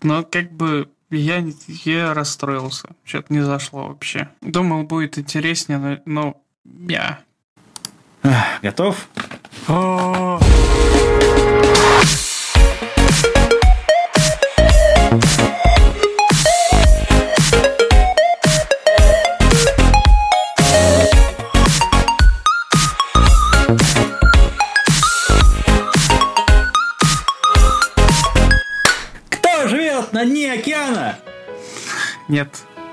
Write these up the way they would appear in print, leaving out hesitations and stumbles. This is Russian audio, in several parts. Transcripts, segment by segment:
Но как бы я расстроился. Что-то не зашло вообще. Думал, будет интереснее, но я... Готов? Кто живет на дне океана? Нет.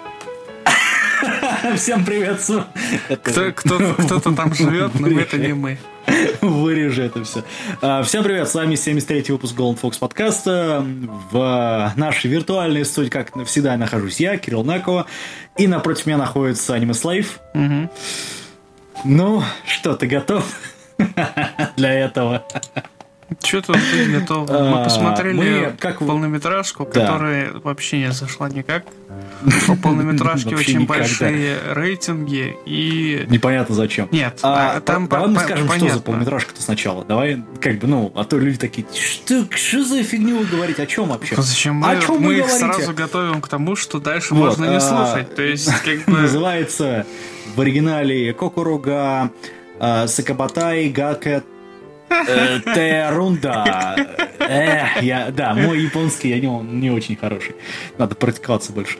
Всем привет. Кто-то там живет, но это не мы. Вырежи это все. Всем привет, с вами 73-й выпуск Golden Fox подкаста. В нашей виртуальной студии, как всегда, нахожусь я, Кирилл Накова. И напротив меня находится Anime Slave. Угу. Ну, что, ты готов для этого? Что тут быть готов? Мы посмотрели полнометражку, Да. которая вообще не зашла никак. У полнометражки Вообще очень никогда. большие рейтинги и... Непонятно зачем. Нет, Давай мы скажем, что за понятно. полнометражка-то сначала. Давай, а то люди такие, что за фигню вы говорите, о чем вообще? Зачем О чем вы мы их говорите? сразу готовим к тому, что дальше Вот, можно не слушать. То есть, как бы... Называется в оригинале Кокуруга Сакабатай Гаке Терунда. Да, мой японский не очень хороший. Надо практиковаться больше.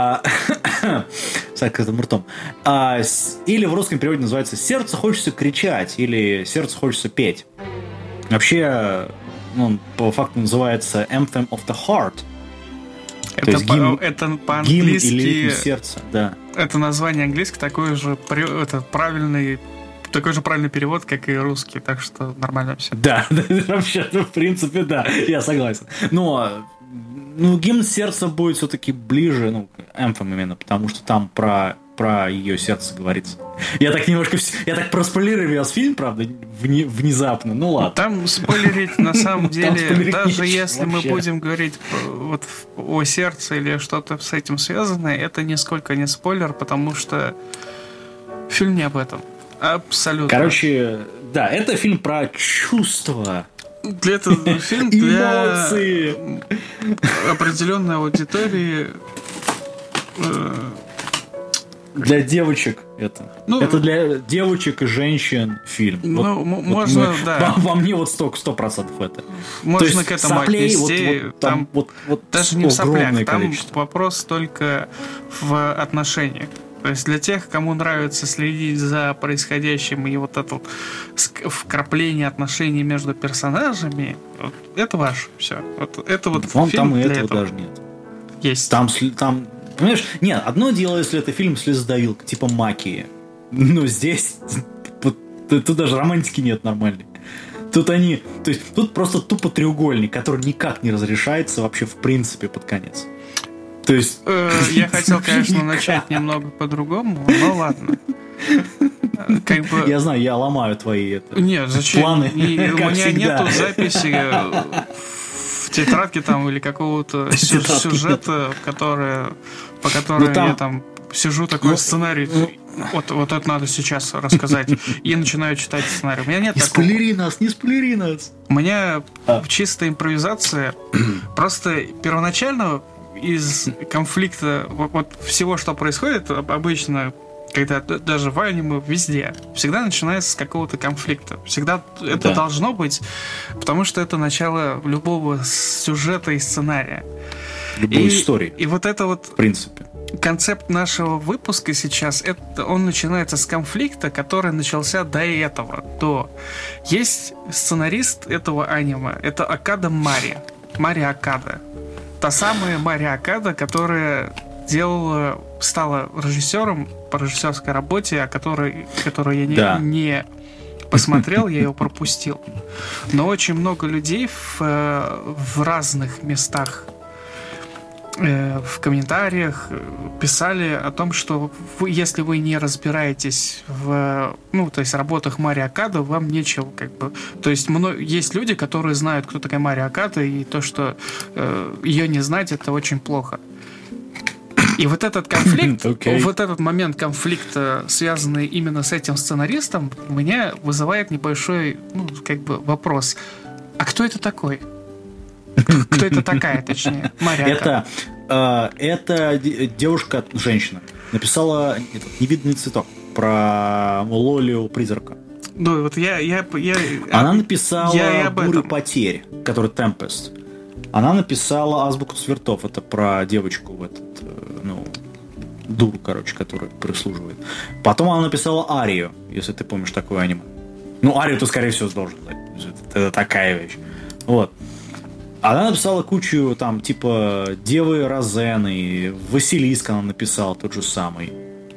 С открытым ртом. Или в русском переводе называется «Сердце хочется кричать» или «Сердце хочется петь». Вообще, по факту называется «Anthem of the Heart». Это гимн по-английски... или ритм сердца, да. Это название английское такой же правильный перевод, как и русский, так что нормально все. Да, вообще-то, в принципе, да, я согласен. Но гимн сердца будет все-таки ближе, Anthem именно, потому что там про ее сердце говорится. Я так проспойлерил весь фильм, правда, внезапно, ладно. Там спойлерить, на самом деле, даже если мы вообще. будем говорить вот о сердце или что-то с этим связанное, это нисколько не спойлер, потому что фильм не об этом. Абсолютно. Короче, да, это фильм про чувства. Это фильм для эмоции. определенной аудитории. Для девочек это. Это для девочек и женщин фильм. Можно, да. Во мне 100% это. Можно к этому соплей, отнести. Там даже не в соплях, там вопрос только в отношениях. То есть для тех, кому нравится следить за происходящим и вот это вкрапление отношений между персонажами, это ваше все. Это Вон фильм там и для этого этого даже нет. есть. Там, понимаешь, нет, одно дело, если это фильм слезодавилка, типа «Макии». Но здесь тут даже романтики нет нормальной. Тут просто тупо треугольник, который никак не разрешается вообще в принципе под конец. То есть... Я хотел, конечно, начать немного по-другому, но ладно. Я знаю, я ломаю твои Нет, зачем? планы. У меня нету записи в тетрадке там или какого-то сюжета, по которому я там сижу, такой сценарий. Вот это надо сейчас рассказать. И начинаю читать сценарий. У меня нет такого. Не спойлери нас. У меня чистая импровизация. Просто первоначально из конфликта вот всего, что происходит обычно, когда даже в аниме везде, всегда начинается с какого-то конфликта. Всегда это должно быть, потому что это начало любого сюжета и сценария. Любой истории. И вот это вот... В принципе. Концепт нашего выпуска сейчас, он начинается с конфликта, который начался до этого. Есть сценарист этого аниме, это Акада Мари Акада. Та самая Мари Акада, которая стала режиссером по режиссерской работе, которую я не посмотрел, я ее пропустил. Но очень много людей в разных местах в комментариях писали о том, что если вы не разбираетесь в работах Мари Акада, вам нечего То есть есть люди, которые знают, кто такая Мари Акада, и то, что ее не знать, это очень плохо. И вот этот конфликт, вот этот момент конфликта, связанный именно с этим сценаристом, у меня вызывает небольшой, вопрос. А кто это такой? Кто это такая, точнее? Маряка. Это девушка, женщина, написала «Невидный цветок» про Лолию-призрака. Ну, вот Она написала «Бурю потерь», который Tempest. Она написала «Азбуку цветов», это про девочку в этот, дуру, короче, которая прислуживает. Потом она написала «Арию», если ты помнишь такое аниме. Ну, «Арию» ты, скорее всего, должен знать. Это такая вещь. Вот. Она написала кучу, там, типа, Девы Розены, Василиск она написала тот же самый.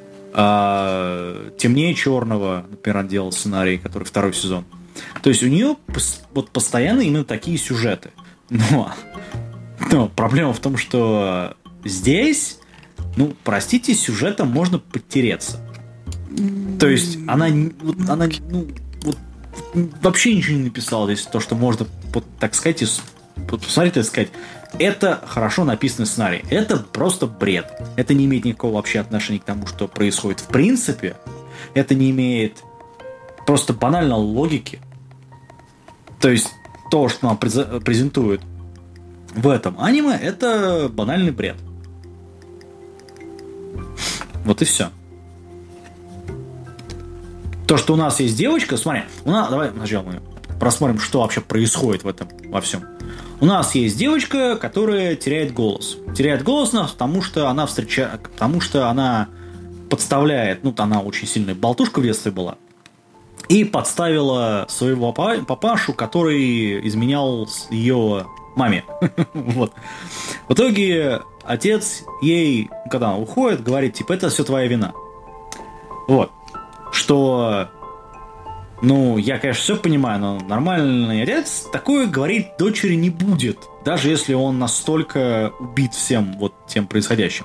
«Темнее черного», например, она делала сценарий, который 2 сезон. То есть у нее вот постоянно именно такие сюжеты. Но проблема в том, что здесь, простите, сюжетом можно подтереться. То есть она вообще ничего не написала здесь, то, что можно, так сказать, посмотреть и сказать, это хорошо написанный сценарий. Это просто бред. Это не имеет никакого вообще отношения к тому, что происходит в принципе. Это не имеет просто банально логики. То есть то, что нам презентуют в этом аниме, это банальный бред. Вот и все. То, что у нас есть девочка, смотри, давай сначала мы просмотрим, что вообще происходит в этом во всем. У нас есть девочка, которая теряет голос. Теряет голос, потому что она подставляет, она очень сильная болтушка в детстве была, и подставила своего папашу, который изменял ее маме. Вот. В итоге отец ей, когда она уходит, говорит, типа, это все твоя вина. Вот. Что, я, конечно, все понимаю, но нормальный отец такое говорить дочери не будет, даже если он настолько убит всем вот тем происходящим.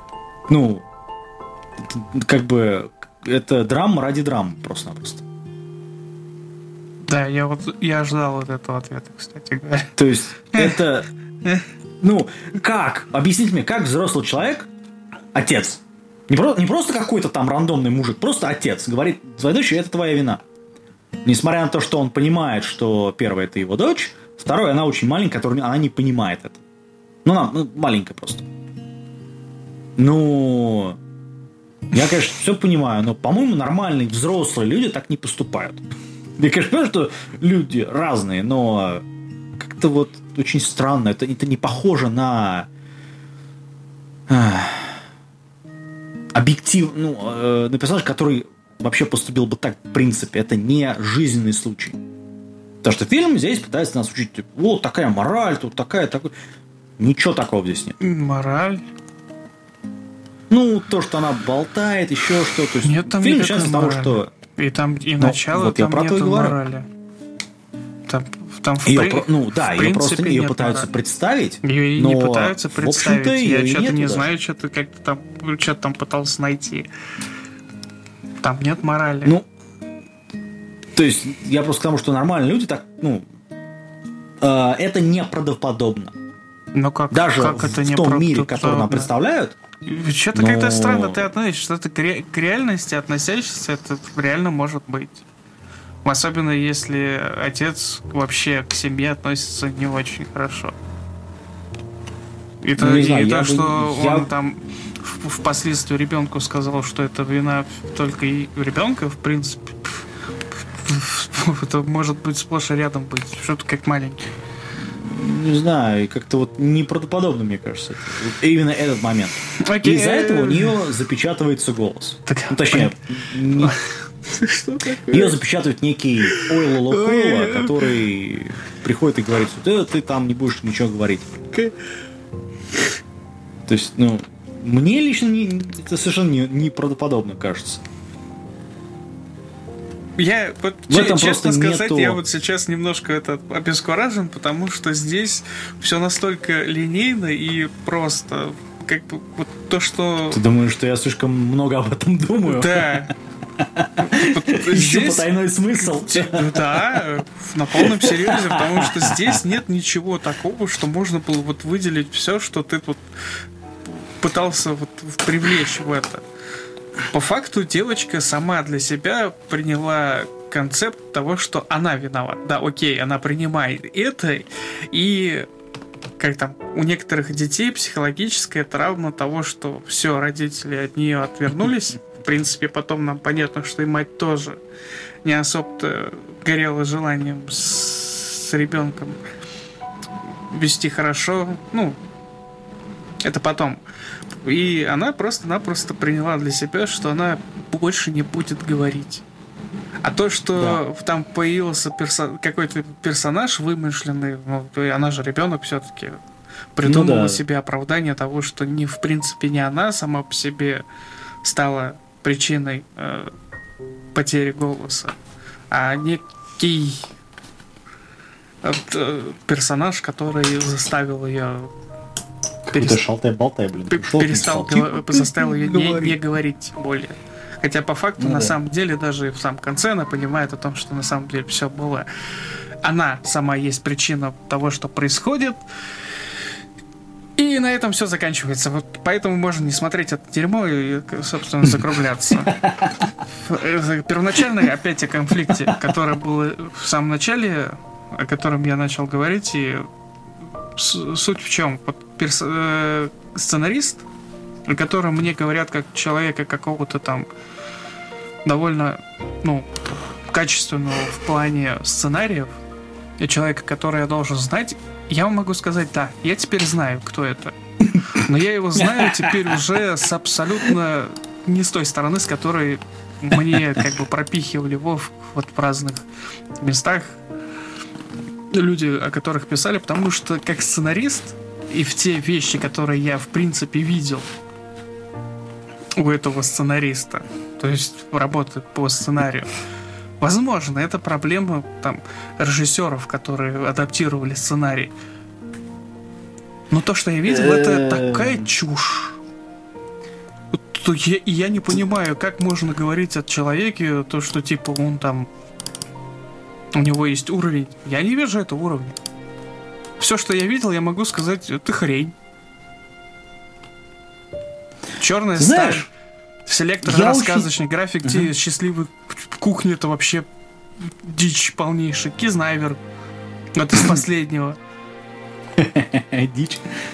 Это драма ради драмы просто-напросто. Да, я ждал вот этого ответа, кстати говоря. То есть это, как? Объясните мне, как взрослый человек, отец, не просто какой-то там рандомный мужик, просто отец говорит своей дочери, это твоя вина. Несмотря на то, что он понимает, что первое это его дочь, второе, она очень маленькая, она не понимает это. Она маленькая просто. Я, конечно, все понимаю, но, по-моему, нормальные взрослые люди так не поступают. Я, конечно, понимаю, что люди разные, но как-то вот очень странно. Это не похоже на на персонажа, который вообще поступил бы так в принципе. Это не жизненный случай. Потому что фильм здесь пытается нас учить, вот такая мораль, тут такой. Ничего такого здесь нет. Мораль? То, что она болтает, еще что. То есть нет, там фильм начинается с того, что... И там и начало вот там нету морали. Там ее просто ее пытаются представить. Ее и не пытаются представить. Я что-то не знаю, что-то там пытался найти. Там нет морали. То есть я просто к тому, что нормальные люди так, это неправдоподобно. Но как? Даже как это в том мире, который нам представляют. Что-то как-то странно ты относишься, что-то к реальности относящийся, это реально может быть. Особенно если отец вообще к семье относится не очень хорошо. Он там впоследствии ребенку сказал, что это вина только и ребенка, в принципе, это может быть сплошь и рядом быть. Что-то как маленький. Не знаю, как-то вот неправдоподобно, мне кажется. Именно этот момент. И из-за этого у нее запечатывается голос. Точнее, ее запечатывает некий Ойло Локойло, который приходит и говорит, что ты там не будешь ничего говорить. То есть, мне лично это совершенно неправдоподобно кажется. Я честно сказать, я вот сейчас немножко обескуражен, потому что здесь все настолько линейно и просто, как бы вот то, что... Ты думаешь, что я слишком много об этом думаю? Да. Ищу потайной смысл. Да, на полном серьезе, потому что здесь нет ничего такого, что можно было вот выделить все, что ты тут пытался вот привлечь в это. По факту девочка сама для себя приняла концепт того, что она виновата. Да, окей, она принимает это, и как там, у некоторых детей психологическая травма того, что все, родители от нее отвернулись. В принципе, потом нам понятно, что и мать тоже не особо горела желанием с ребенком вести хорошо. Ну, это потом. И она просто-напросто приняла для себя, что она больше не будет говорить. А то, что там появился какой-то персонаж вымышленный, ну, она же ребенок все-таки, придумала себе оправдание того, что в принципе не она сама по себе стала причиной потери голоса, а некий персонаж, который заставил ее заставил ее не говорить тем более. Хотя по факту, на самом деле, даже в самом конце она понимает о том, что на самом деле все было. Она сама есть причина того, что происходит. И на этом все заканчивается. Вот поэтому можно не смотреть это дерьмо и, собственно, закругляться. Первоначально опять о конфликте, который был в самом начале, о котором я начал говорить. И суть в чем? Вот сценарист, о котором мне говорят как человека какого-то там довольно, качественного в плане сценариев, и человека, который я должен знать, я вам могу сказать, да, я теперь знаю, кто это. Но я его знаю теперь уже с абсолютно не с той стороны, с которой мне как бы пропихивали в разных местах люди, о которых писали, потому что как сценарист и в те вещи, которые я в принципе видел у этого сценариста, то есть работает по сценарию, возможно, это проблема там режиссеров, которые адаптировали сценарий. Но то, что я видел, это такая чушь. Я не понимаю, как можно говорить о человеке, то, что типа он там, у него есть уровень. Я не вижу этого уровня. Все, что я видел, я могу сказать, это хрень. Черная сталь, селектор, рассказочный, график, счастливый кухня, это вообще дичь полнейшая. Кизнайвер, это из последнего. Дичь.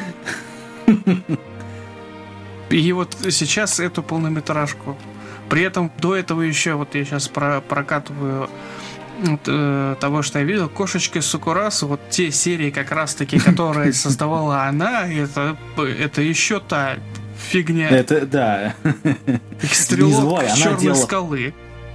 И вот сейчас эту полнометражку. При этом до этого еще, вот я сейчас прокатываю того, что я видел, «Кошечки Сакурасо», вот те серии как раз-таки, которые создавала она, это еще та фигня. Это, да. Стрелок черной скалы.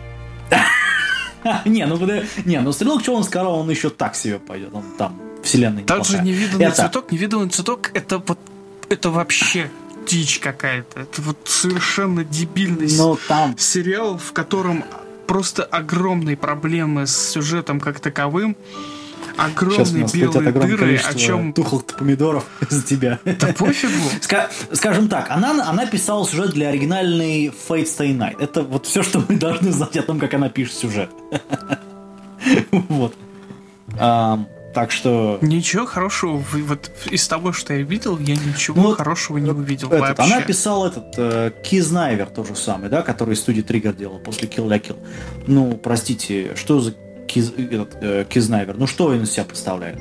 Стрелок черной скалы, он еще так себе пойдет, он там вселенной. Также невиданный цветок, это вообще дичь какая-то. Это вот совершенно дебильный сериал, в котором просто огромные проблемы с сюжетом как таковым. Огромные белые дыры, о чем... тухлых помидоров за тебя. Да пофигу. Скажем так, она писала сюжет для оригинальной Fate Stay Night. Это вот все, что мы должны знать о том, как она пишет сюжет. Вот. Так что... Ничего хорошего. Вот из того, что я видел, я ничего хорошего не увидел вообще. Она писала Кизнайвер, то же самое, да, который из студии Trigger делал после Kill la Kill. Ну, простите, что за Кизнайвер? Ну, что он из себя представляет?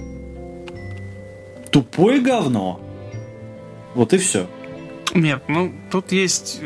Тупое говно. Вот и все. Нет, тут есть...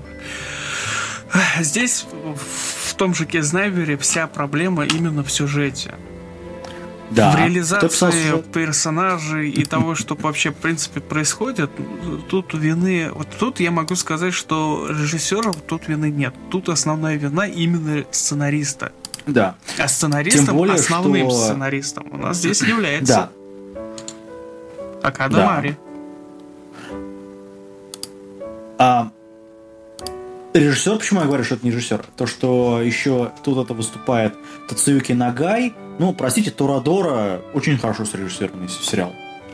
Здесь, в том же Кизнайвере, вся проблема именно в сюжете. Да. В реализации персонажей и того, что вообще в принципе происходит, тут вины... Вот тут я могу сказать, что режиссеров тут вины нет. Тут основная вина именно сценариста. Да. А сценаристом, основным сценаристом у нас здесь является Акада Мари. Режиссер, почему я говорю, что это не режиссер? То, что еще тут это выступает Тацуюки Нагай. Ну, простите, Торадора очень хорошо срежиссированный сериал.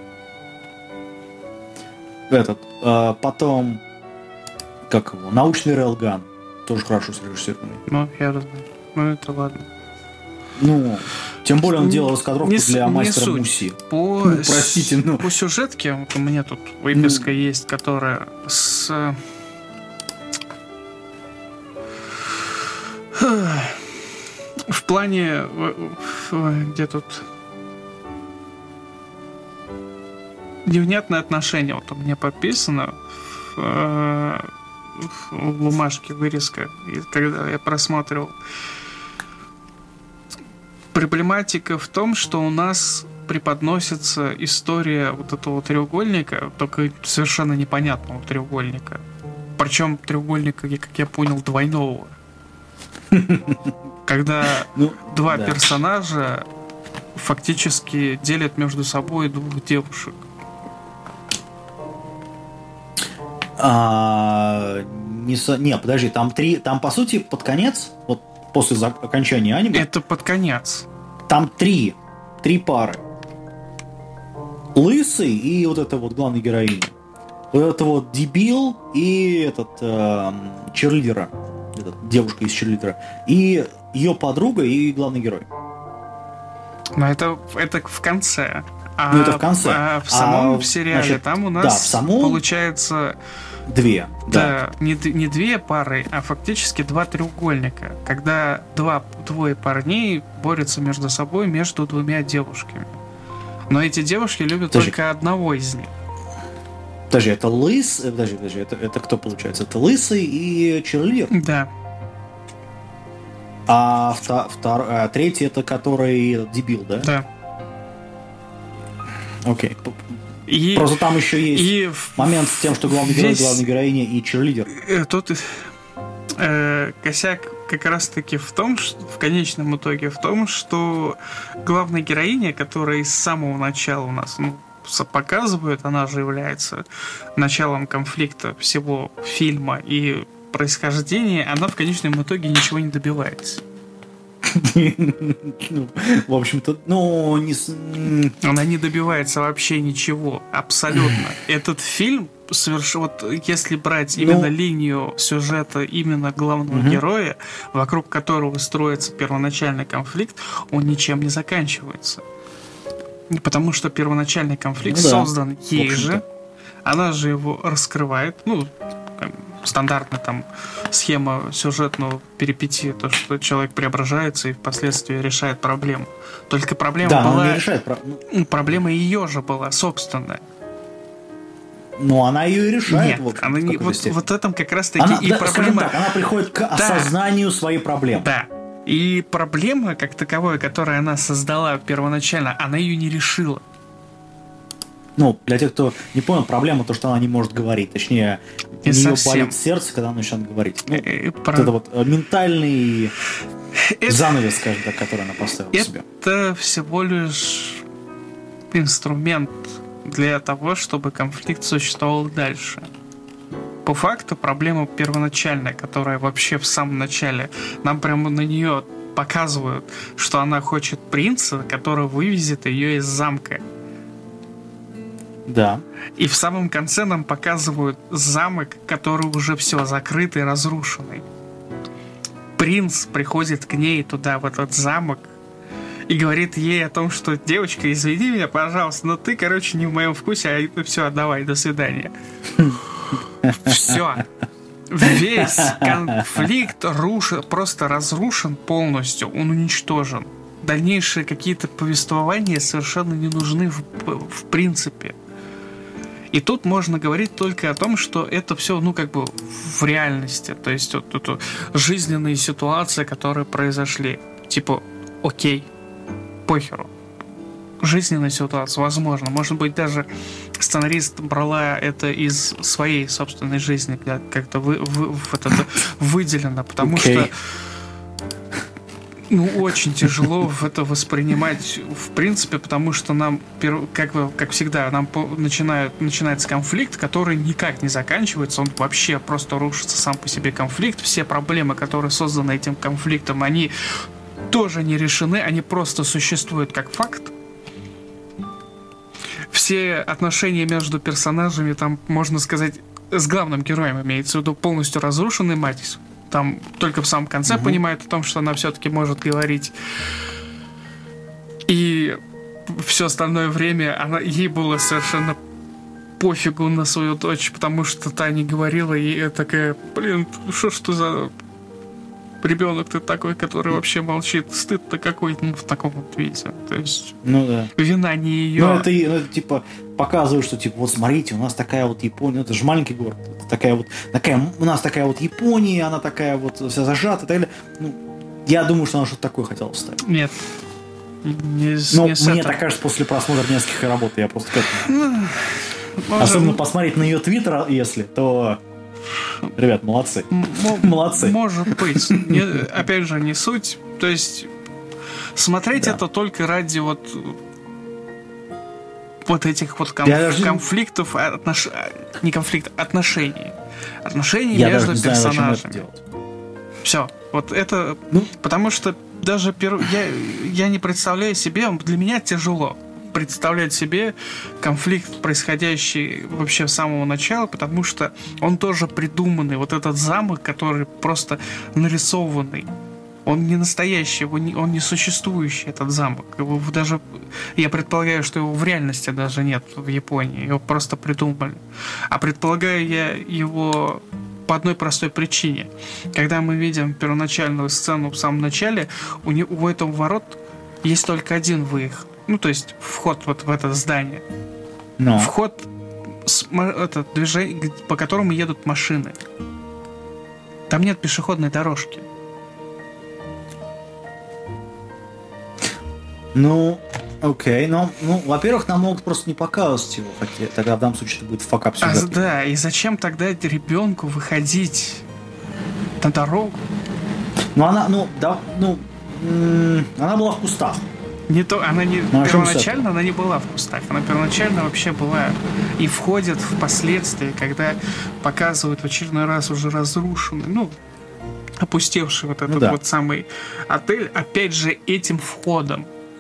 Потом, как его, Научный Рейлган. Тоже хорошо срежиссированный. Я знаю. Это ладно. Тем более он делал раскадровку для мастера Муси. Простите, по сюжетке, вот у меня тут выписка есть, которая с... В плане... Где тут... невнятное отношение. Вот у меня подписано в бумажке вырезка, когда я просматривал. Проблематика в том, что у нас преподносится история вот этого треугольника, только совершенно непонятного треугольника. Причем треугольника, как я понял, двойного. Когда два персонажа фактически делят между собой двух девушек. Не, подожди, там по сути под конец, вот после окончания аниме. Это под конец. Там три пары. Лысый и вот эта вот главная героиня. Вот это вот дебил и этот черлидера. Девушка из черлидера. И ее подруга и главный герой. Но это в конце. Это в конце. А в самом сериале, значит, там у нас получается две. Да, не две пары, а фактически два треугольника. Когда двое парней борются между собой между двумя девушками. Но эти девушки любят только одного из них. Подожди, это лысый. Подожди, это кто получается? Это лысый и черлидер? Да. А третий это который дебил, да? Да. Окей. Просто там еще есть момент с тем, что главный герой, главная героиня и черлидер. Тут косяк как раз-таки в том, что в конечном итоге в том, что главная героиня, которая с самого начала у нас показывает, она же является началом конфликта всего фильма и происхождения, она в конечном итоге ничего не добивается. В общем-то, она не добивается вообще ничего, абсолютно. Этот фильм вот если брать именно линию сюжета именно главного героя, вокруг которого строится первоначальный конфликт, он ничем не заканчивается. Потому что первоначальный конфликт создан ей же, она же его раскрывает, стандартная там схема сюжетного перипетии, то, что человек преображается и впоследствии решает проблему. Только проблема была... Проблема ее же была собственная. Она ее и решает. Нет, она не... вот этом как раз-таки проблема. Так, она приходит к осознанию своей проблемы. Да. И проблема, как таковой, которую она создала первоначально, она ее не решила. Для тех, кто не понял, проблема то, что она не может говорить. Точнее, у нее болит сердце, когда она начинает говорить. Это вот ментальный занавес, скажем так, который она поставила себе. Это всего лишь инструмент для того, чтобы конфликт существовал дальше. По факту проблема первоначальная, которая вообще в самом начале, нам прямо на нее показывают, что она хочет принца, который вывезет ее из замка. Да. И в самом конце нам показывают замок, который уже все закрытый, разрушенный. Принц приходит к ней туда, в этот замок, и говорит ей о том, что девочка, извини меня, пожалуйста, но ты, не в моем вкусе, а все, давай, до свидания. Все. Весь конфликт просто разрушен полностью, он уничтожен. Дальнейшие какие-то повествования совершенно не нужны в принципе. И тут можно говорить только о том, что это все, в реальности. То есть вот жизненные ситуации, которые произошли. Окей, похеру. Жизненная ситуация, возможно. Может быть, даже сценарист брала это из своей собственной жизни, как-то выделено, потому что очень тяжело это воспринимать в принципе, потому что нам, как всегда, начинается конфликт, который никак не заканчивается, он вообще просто рушится сам по себе конфликт. Все проблемы, которые созданы этим конфликтом, они тоже не решены, они просто существуют как факт. Все отношения между персонажами, там, можно сказать, с главным героем имеется в виду, полностью разрушены. Мать там только в самом конце понимает о том, что она все-таки может говорить. И все остальное время ей было совершенно пофигу на свою дочь, потому что та не говорила, и такая, что за... ребенок ты такой, который вообще молчит. Стыд-то какой, ну, в таком вот виде. То есть, ну да. Вина не ее. Ну, это типа показывает, что типа, вот смотрите, у нас такая вот Япония, это же маленький город, это у нас такая вот Япония, она такая вот вся зажата и так далее. Ну, я думаю, что она что-то такое хотела вставить. Нет. Мне так кажется, после просмотра нескольких работ, я просто к этому. Особенно посмотреть на ее твиттер, если, то... Ребят, молодцы. Молодцы. Может быть. Опять же, не суть. То есть, смотреть это только ради вот этих вот конфликтов, не конфликтов, отношений. Отношений между персонажами. Все. Вот это... Потому что даже я не представляю себе, для меня тяжело представлять себе конфликт, происходящий вообще с самого начала, потому что он тоже придуманный. Вот этот замок, который просто нарисованный. Он не настоящий, он не существующий, этот замок. Его даже, я предполагаю, что его в реальности даже нет в Японии. Его просто придумали. А предполагаю я его по одной простой причине. Когда мы видим первоначальную сцену в самом начале, у этого ворот есть только один выход. Ну, то есть вход вот в это здание. Но. Вход, это движение, по которому едут машины. Там нет пешеходной дорожки. Ну, окей. Ну, во-первых, нам могут просто не показывать его, хотя тогда в данном случае это будет факап сюжета. Да, и зачем тогда ребенку выходить на дорогу? Она была в кустах. Первоначально она не была в кустах. Она первоначально вообще была и входит впоследствии, когда показывают в очередной раз уже разрушенный, опустевший вот этот вот самый отель, опять же, этим входом.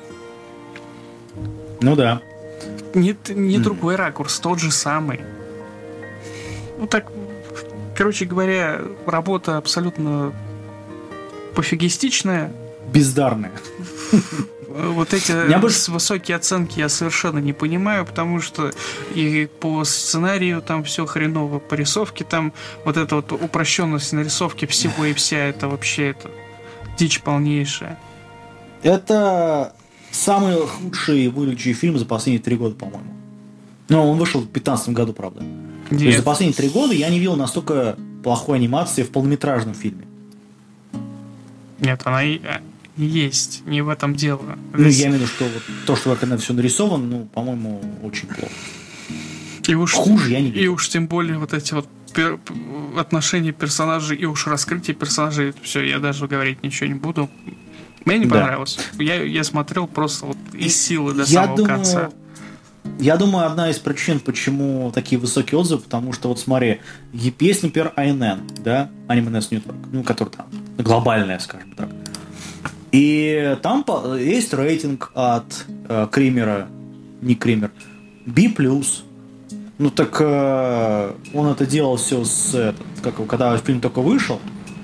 Ну да. Не другой ракурс, тот же самый. Ну так, короче говоря, работа абсолютно пофигистичная. Бездарная. Вот эти высокие оценки я совершенно не понимаю, потому что и по сценарию там все хреново, по рисовке там вот эта вот упрощенность нарисовки всего и вся, это вообще дичь полнейшая. Это самый худший выглядящий фильм за последние 3 года, по-моему. Но он вышел в 2015 году, правда. То есть за последние 3 года я не видел настолько плохой анимации в полнометражном фильме. Нет, она есть, не в этом дело. Я имею в виду, что вот то, что как это все нарисовано, по-моему, очень плохо. Хуже я не видел. И уж тем более вот эти вот отношения персонажей и уж раскрытие персонажей, все, я даже говорить ничего не буду. Мне не понравилось. Я смотрел просто вот из силы до самого конца. Я думаю, одна из причин, почему такие высокие отзывы, потому что, вот смотри, есть, например, ANN, да, Anime News Network, который там глобальная, скажем так. И там есть рейтинг от Кримера, не Кример, B+. Ну так он это делал все когда фильм только вышел.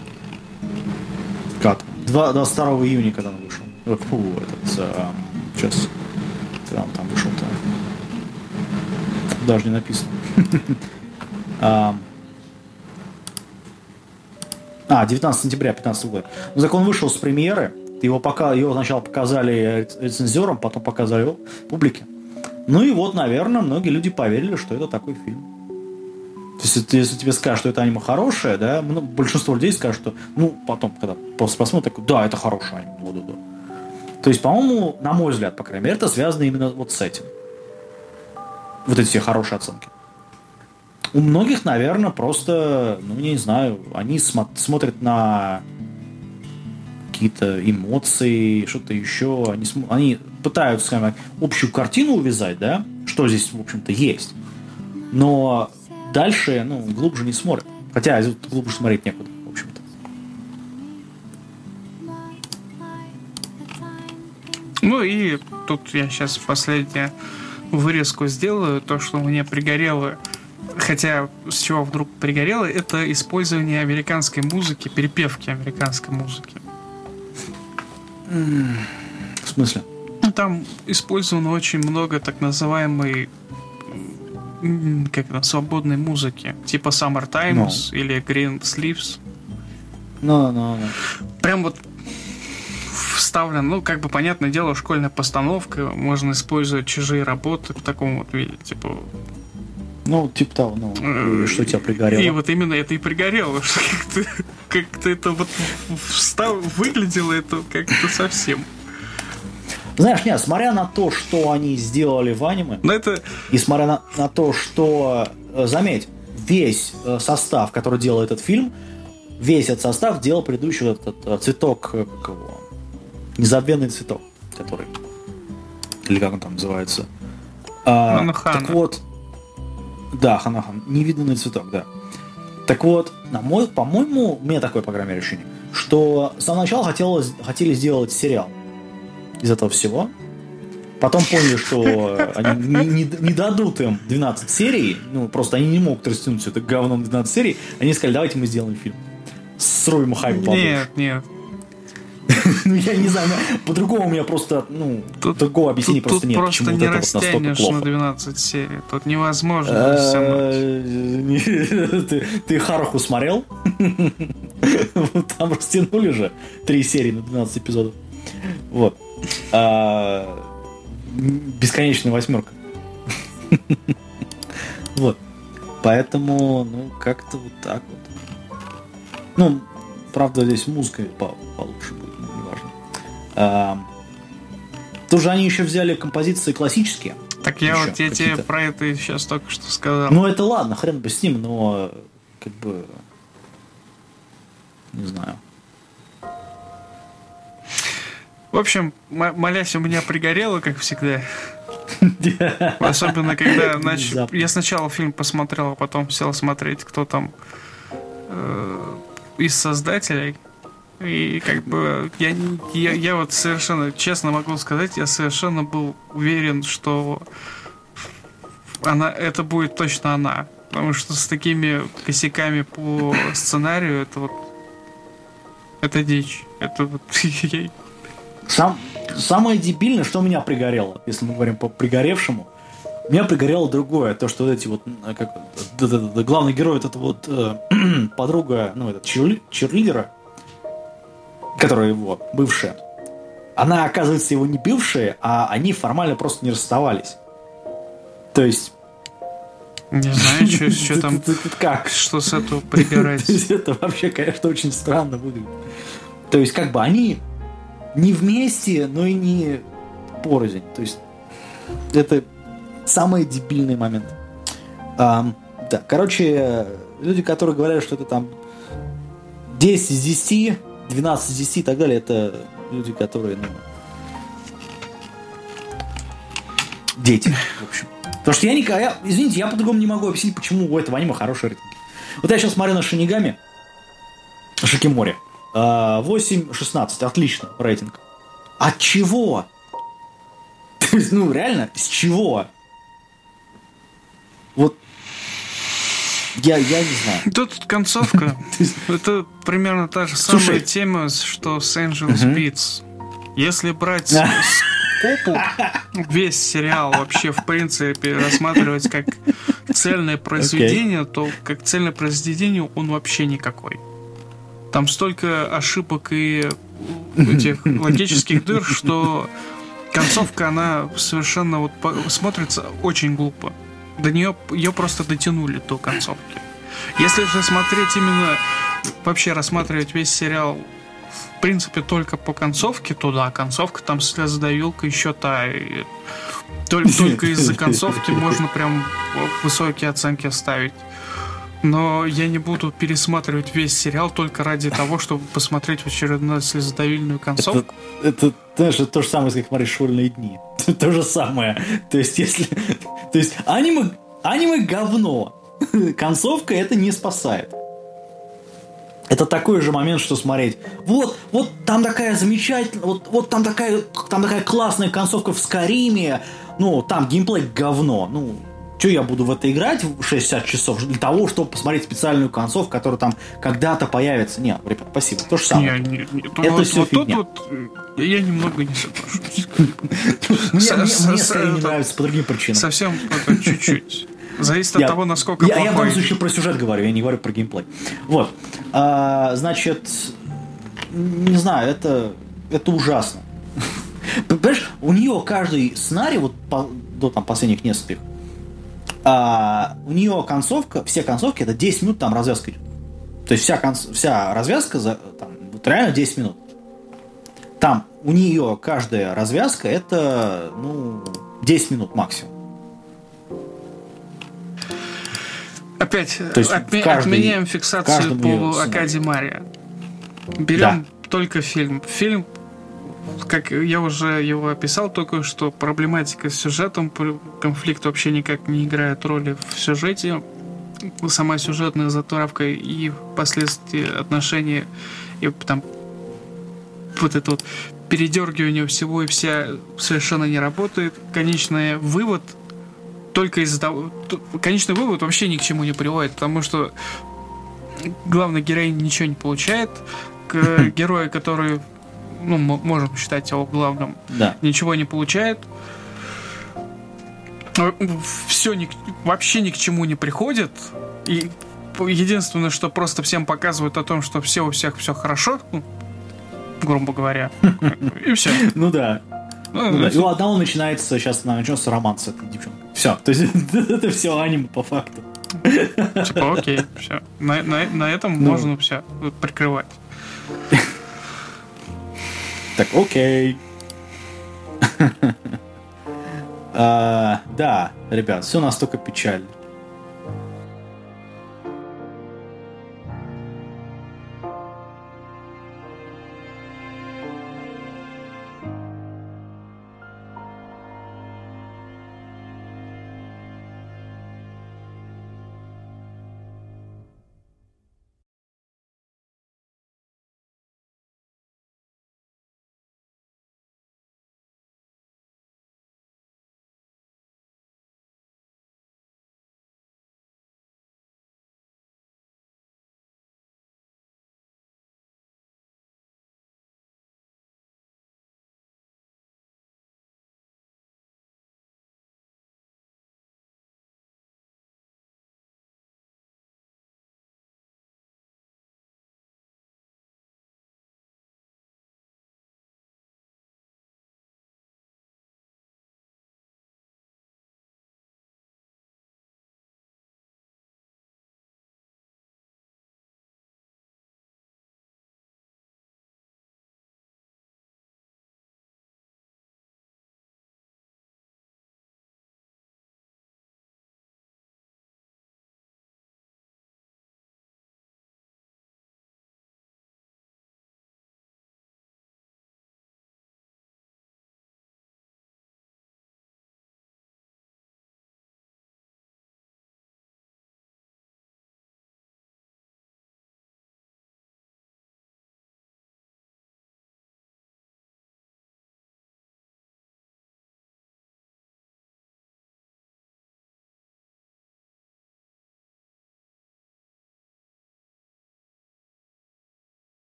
Как? 22 июня, когда он вышел. Сейчас. Когда он там вышел-то? Даже не написано. 19 сентября 2015 года. Ну, так он вышел с премьеры. Его сначала показали рецензерам, потом показали публике. Ну и вот, наверное, многие люди поверили, что это такой фильм. То есть, если тебе скажут, что это аниме хорошее, да, большинство людей скажут, что, потом, когда после просмотра, такой, да, это хорошее аниме, да. То есть, по-моему, на мой взгляд, по крайней мере, это связано именно вот с этим. Вот эти все хорошие оценки. У многих, наверное, просто, я не знаю, они смотрят на какие-то эмоции, что-то еще. Они пытаются, скажем так, общую картину увязать, да, что здесь, в общем-то, есть. Но дальше, глубже не смотрят. Хотя глубже смотреть некуда, в общем-то. Ну и тут я сейчас последнюю вырезку сделаю. То, что мне пригорело, хотя с чего вдруг пригорело, это использование американской музыки, перепевки американской музыки. В смысле? Там использовано очень много так называемой свободной музыки, типа Summer Times или Green Sleeves. Прям вот вставлен, ну, как бы, понятное дело, школьная постановка, можно использовать чужие работы в таком вот виде, типа... Ну, типа того, что тебя пригорело. И вот именно это и пригорело, что как-то это вот выглядело это как-то совсем... Знаешь, нет, смотря на то, что они сделали в аниме, и смотря на то, что, заметь, весь состав, который делал этот фильм, весь этот состав делал предыдущий этот цветок, как его, незабвенный цветок, который, или как он там называется. Ханахана. Так вот, да, Ханахан, невиданный цветок, да. Так вот, по-моему, у меня такое, по крайней мере, ощущение, что с самого начала хотели сделать сериал из этого всего. Потом поняли, что они не дадут им 12 серий. Ну, просто они не могут растянуть все это говно на 12 серий. Они сказали, давайте мы сделаем фильм. Срубим хайп побольше. Нет. Ну, я не знаю, по-другому у меня просто, другого объяснения просто нет. Тут просто не растянешь на 12 серий. Тут невозможно растянуть. Ты Хараху смотрел? Там растянули же 3 серии на 12 эпизодов. Вот. Бесконечная 8. Вот. Поэтому, как-то вот так вот. Правда, здесь музыка получше будет, неважно. Тут же они еще взяли композиции классические. Так я тебе про это сейчас только что сказал. Ну, это ладно, хрен бы с ним, но как бы не знаю. В общем, молясь, у меня пригорело, как всегда. Особенно, когда я сначала фильм посмотрел, а потом сел смотреть, кто там из создателей. И как бы я вот совершенно, честно могу сказать, я совершенно был уверен, что это будет точно она. Потому что с такими косяками по сценарию это дичь. Это вот... Самое дебильное, что меня пригорело, если мы говорим по пригоревшему, меня пригорело другое, то, что эти вот, главный герой, это вот подруга, этот чирлидера, которая его бывшая, она, оказывается, его не бывшая, а они формально просто не расставались. То есть... Не знаю, что там... Как? Что с этого пригорать? Это вообще, конечно, очень странно выглядит. То есть, как бы они... не вместе, но и не порознь. То есть это самый дебильный момент. Да, короче, люди, которые говорят, что это там 10 из 10, 12 из 10 и так далее, это люди, которые, дети, в общем. Потому что извините, я по-другому не могу объяснить, почему у этого аниме хорошие рейтинги. Вот я сейчас смотрю на Шинигами, Шикимори. 8-16, отлично, рейтинг. От чего? То есть, реально, с чего? Вот я не знаю. Тут концовка. Это примерно та же самая тема, что с Angel Beats. Если брать скопу, весь сериал вообще, в принципе, рассматривать как цельное произведение, то как цельное произведение он вообще никакой. Там столько ошибок и этих логических дыр, что концовка, она совершенно смотрится очень глупо. Ее просто дотянули до концовки. Если же смотреть именно, вообще рассматривать весь сериал в принципе только по концовке, то да, концовка там слезодавилка еще та. И только из-за концовки можно прям высокие оценки ставить. Но я не буду пересматривать весь сериал только ради того, чтобы посмотреть в очередную слезодавильную концовку. Это знаешь, то же самое, как смотреть «Школьные дни». То же самое. То есть, аниме говно. Концовка это не спасает. Это такой же момент, что смотреть. Вот там такая замечательная, вот там такая классная концовка в Скайриме. Там геймплей говно. Что я буду в это играть в 60 часов для того, чтобы посмотреть специальную концовку, которая там когда-то появится? Нет, ребят, спасибо. То же самое. Это все фигня. Я немного не соглашусь. Мне скорее не нравится по другим причинам. Совсем чуть-чуть. Зависит от того, насколько плохой. Я в данном случае про сюжет говорю, я не говорю про геймплей. Вот. Значит, не знаю, это ужасно. Понимаешь, у нее каждый сценарий, вот до там последних нескольких, у нее концовка, все концовки, это 10 минут там развязка идет. То есть вся развязка там, вот реально 10 минут. Там у нее каждая развязка это 10 минут максимум. Опять отменяем фиксацию по Акаде Мария. Берем только фильм. Фильм, как я уже его описал только что, проблематика с сюжетом, конфликт вообще никак не играет роли в сюжете. Сама сюжетная затравка и впоследствии отношения, и там вот это вот передергивание всего и вся совершенно не работает. Конечный вывод вообще ни к чему не приводит, потому что главный герой ничего не получает. Герой, который, можем считать его главным, ничего не получает. Все вообще ни к чему не приходит. И единственное, что просто всем показывают о том, что все у всех все хорошо, грубо говоря. И все. Ну да. И у одного начнется роман с этой девчонкой. Все. То есть это все аниме по факту. Типа, окей, все. На этом можно все прикрывать. Так, окей. Да, ребят, все настолько печально.